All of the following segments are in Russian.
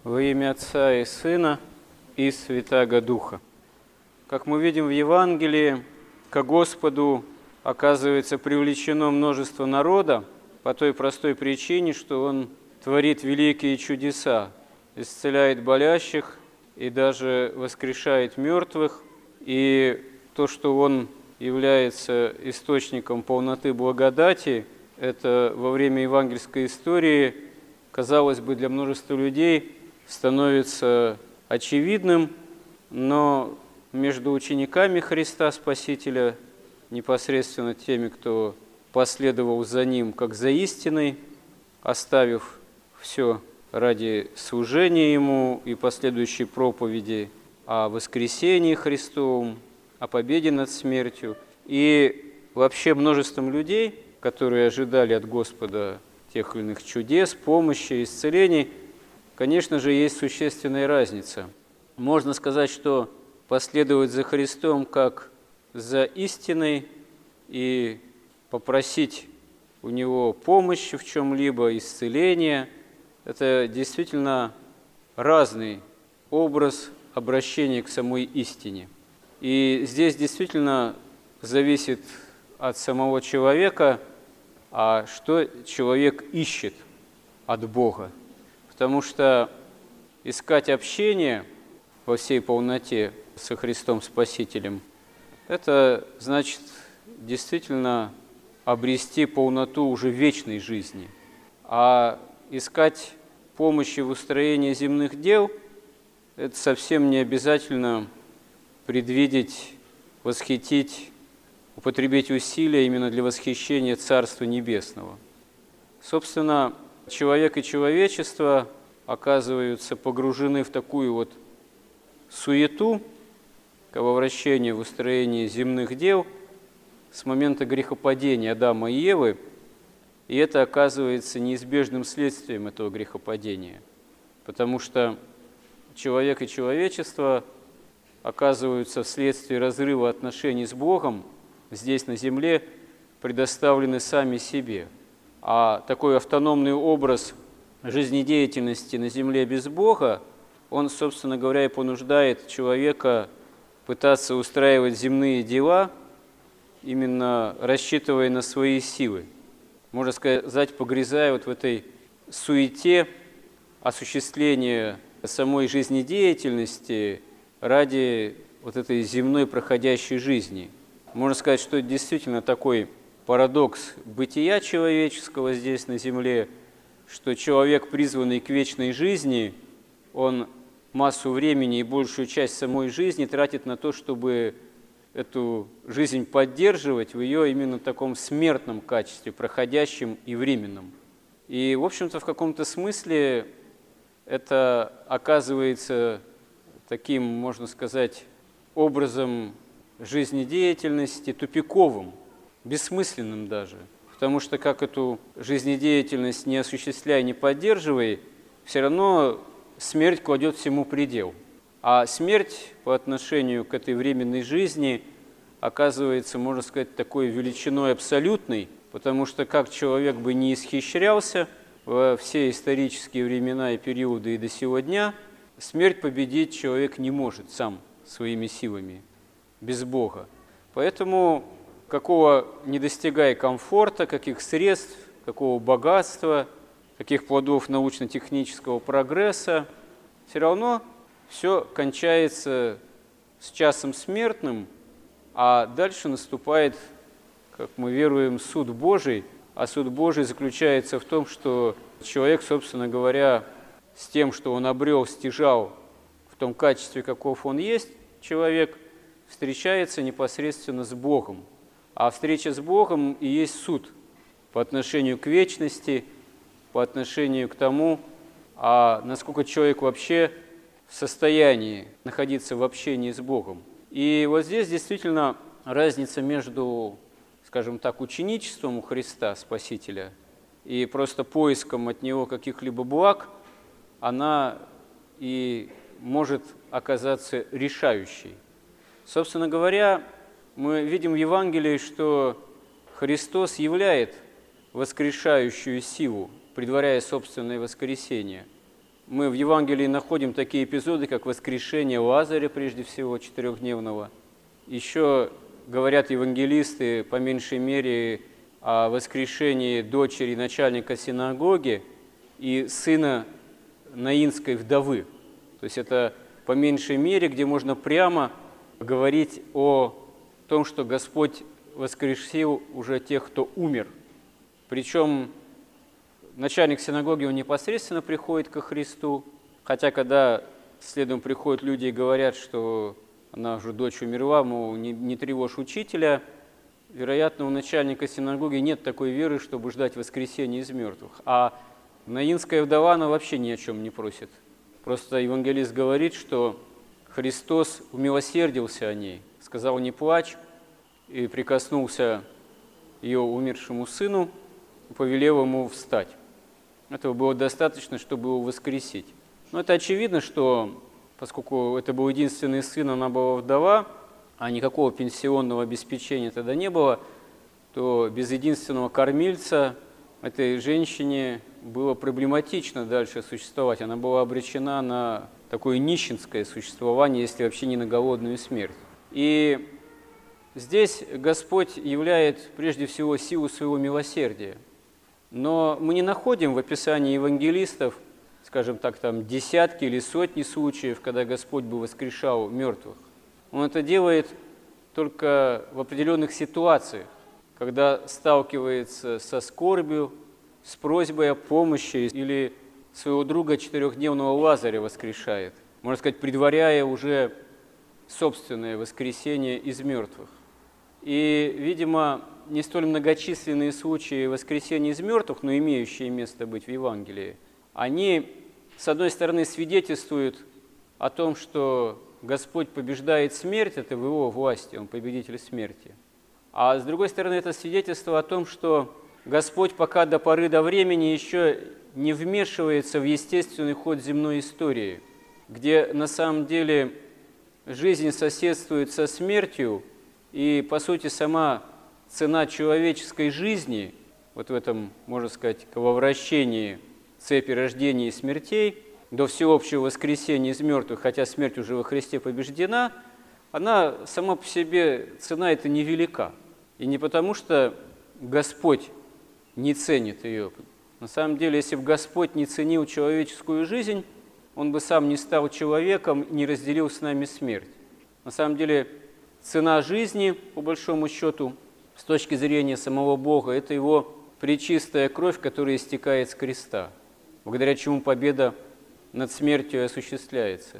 Во имя Отца и Сына и Святаго Духа. Как мы видим в Евангелии, к Господу оказывается привлечено множество народа по той простой причине, что Он творит великие чудеса, исцеляет болящих и даже воскрешает мертвых. И то, что Он является источником полноты благодати, это во время евангельской истории, казалось бы, для множества людей становится очевидным, но между учениками Христа Спасителя, непосредственно теми, кто последовал за Ним как за истиной, оставив все ради служения Ему и последующей проповеди о воскресении Христовом, о победе над смертью, и вообще множеством людей, которые ожидали от Господа тех или иных чудес, помощи, исцелений, конечно же, есть существенная разница. Можно сказать, что последовать за Христом как за истиной и попросить у Него помощи в чем-либо, исцеления, это действительно разный образ обращения к самой истине. И здесь действительно зависит от самого человека, а что человек ищет от Бога. Потому что искать общение во всей полноте со Христом Спасителем, это значит действительно обрести полноту уже вечной жизни. А искать помощи в устроении земных дел, это совсем не обязательно предвидеть, восхитить, употребить усилия именно для восхищения Царства Небесного. Собственно, человек и человечество оказываются погружены в такую вот суету, крововращение в устроении земных дел с момента грехопадения Адама и Евы, и это оказывается неизбежным следствием этого грехопадения, потому что человек и человечество оказываются вследствие разрыва отношений с Богом здесь на земле предоставлены сами себе. А такой автономный образ жизнедеятельности на земле без Бога, он, собственно говоря, и понуждает человека пытаться устраивать земные дела, именно рассчитывая на свои силы. Можно сказать, погрязая вот в этой суете осуществления самой жизнедеятельности ради вот этой земной проходящей жизни. Можно сказать, что это действительно такой парадокс бытия человеческого здесь на земле, что человек, призванный к вечной жизни, он массу времени и большую часть самой жизни тратит на то, чтобы эту жизнь поддерживать в ее именно таком смертном качестве, проходящем и временном. И, в общем-то, в каком-то смысле это оказывается таким, можно сказать, образом жизнедеятельности тупиковым, бессмысленным даже. Потому что как эту жизнедеятельность не осуществляя, не поддерживая, все равно смерть кладет всему предел. А смерть по отношению к этой временной жизни оказывается, можно сказать, такой величиной абсолютной, потому что как человек бы не исхищрялся во все исторические времена и периоды и до сего дня, смерть победить человек не может сам своими силами, без Бога. Поэтому какого не достигая комфорта, каких средств, какого богатства, каких плодов научно-технического прогресса, все равно все кончается с часом смертным, а дальше наступает, как мы веруем, суд Божий, а суд Божий заключается в том, что человек, собственно говоря, с тем, что он обрел, стяжал в том качестве, каков он есть, человек, встречается непосредственно с Богом. А встреча с Богом и есть суд по отношению к вечности, по отношению к тому, насколько человек вообще в состоянии находиться в общении с Богом. И вот здесь действительно разница между, скажем так, ученичеством у Христа Спасителя и просто поиском от Него каких-либо благ, она и может оказаться решающей. Собственно говоря, мы видим в Евангелии, что Христос являет воскрешающую силу, предваряя собственное воскресение. Мы в Евангелии находим такие эпизоды, как воскрешение Лазаря, прежде всего, 4-дневного. Еще говорят евангелисты, по меньшей мере, о воскрешении дочери начальника синагоги и сына наинской вдовы. То есть это по меньшей мере, где можно прямо говорить о том, что Господь воскресил уже тех, кто умер. Причем начальник синагоги, он непосредственно приходит ко Христу, хотя когда следом приходят люди и говорят, что она уже дочь умерла, мол, не тревожь учителя, вероятно, у начальника синагоги нет такой веры, чтобы ждать воскресения из мертвых. А наинская вдова, она вообще ни о чем не просит. Просто евангелист говорит, что Христос умилосердился о ней, сказал: «Не плачь», и прикоснулся ее умершему сыну и повелел ему встать. Этого было достаточно, чтобы его воскресить. Но это очевидно, что поскольку это был единственный сын, она была вдова, а никакого пенсионного обеспечения тогда не было, то без единственного кормильца этой женщине было проблематично дальше существовать. Она была обречена на такое нищенское существование, если вообще не на голодную смерть. И здесь Господь являет прежде всего силу своего милосердия. Но мы не находим в описании евангелистов, скажем так, там десятки или сотни случаев, когда Господь бы воскрешал мертвых. Он это делает только в определенных ситуациях, когда сталкивается со скорбью, с просьбой о помощи или своего друга 4-дневного Лазаря воскрешает, можно сказать, предваряя уже собственное воскресение из мертвых. И, видимо, не столь многочисленные случаи воскресения из мертвых, но имеющие место быть в Евангелии, они, с одной стороны, свидетельствуют о том, что Господь побеждает смерть, это в Его власти, Он победитель смерти. А с другой стороны, это свидетельство о том, что Господь пока до поры до времени еще не вмешивается в естественный ход земной истории, где на самом деле жизнь соседствует со смертью, и, по сути, сама цена человеческой жизни, вот в этом, можно сказать, крововращении цепи рождений и смертей, до всеобщего воскресения из мертвых, хотя смерть уже во Христе побеждена, она сама по себе, цена эта невелика. И не потому, что Господь не ценит ее. На самом деле, если бы Господь не ценил человеческую жизнь, Он бы сам не стал человеком, не разделил с нами смерть. На самом деле, цена жизни, по большому счету, с точки зрения самого Бога, это Его пречистая кровь, которая истекает с креста, благодаря чему победа над смертью осуществляется.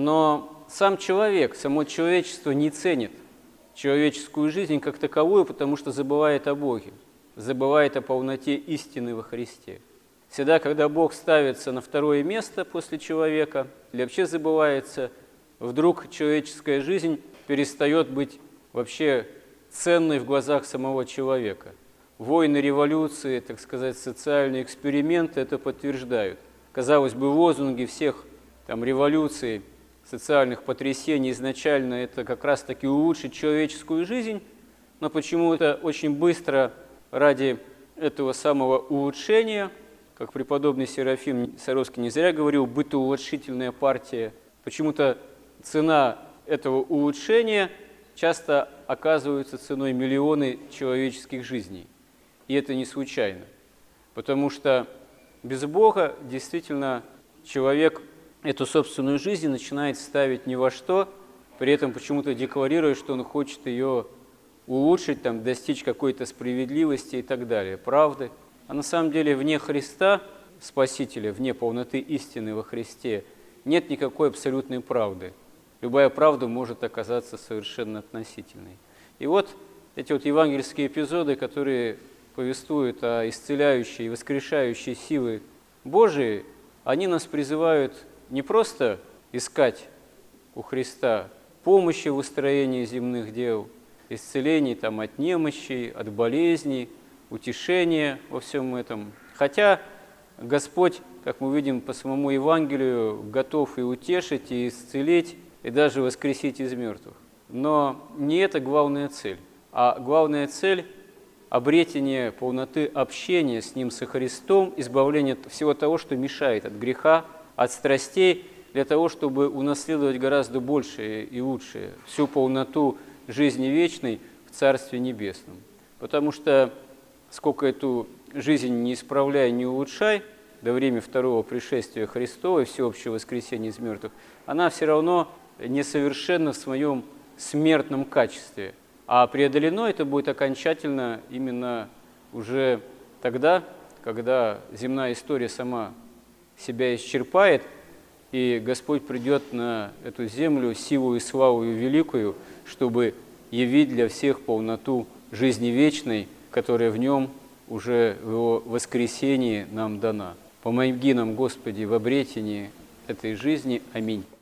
Но сам человек, само человечество не ценит человеческую жизнь как таковую, потому что забывает о Боге, забывает о полноте истины во Христе. Всегда, когда Бог ставится на второе место после человека, или вообще забывается, вдруг человеческая жизнь перестает быть вообще ценной в глазах самого человека. Войны, революции, так сказать, социальные эксперименты это подтверждают. Казалось бы, лозунги всех там революций, социальных потрясений изначально это как раз-таки улучшить человеческую жизнь, но почему-то очень быстро ради этого самого улучшения, как преподобный Серафим Саровский не зря говорил, бытоулучшительная партия, почему-то цена этого улучшения часто оказывается ценой миллионы человеческих жизней. И это не случайно, потому что без Бога действительно человек эту собственную жизнь начинает ставить ни во что, при этом почему-то декларируя, что он хочет ее улучшить, там, достичь какой-то справедливости и так далее, правды. А на самом деле вне Христа, Спасителя, вне полноты истины во Христе, нет никакой абсолютной правды. Любая правда может оказаться совершенно относительной. И вот эти вот евангельские эпизоды, которые повествуют о исцеляющей и воскрешающей силы Божией, они нас призывают не просто искать у Христа помощи в устроении земных дел, исцелений там, от немощи, от болезней, утешения во всем этом. Хотя Господь, как мы видим по самому Евангелию, готов и утешить, и исцелить, и даже воскресить из мертвых. Но не это главная цель, а главная цель – обретение полноты общения с Ним, со Христом, избавление от всего того, что мешает от греха, от страстей для того, чтобы унаследовать гораздо большее и лучшее, всю полноту жизни вечной в Царстве Небесном. Потому что сколько эту жизнь не исправляй, не улучшай, до времени второго пришествия Христова и всеобщего воскресения из мертвых, она все равно несовершенна в своем смертном качестве. А преодолено это будет окончательно именно уже тогда, когда земная история сама себя исчерпает, и Господь придет на эту землю силу и славу великую, чтобы явить для всех полноту жизни вечной, которая в Нем уже в Его воскресении нам дана. Помоги нам, Господи, в обретении этой жизни. Аминь.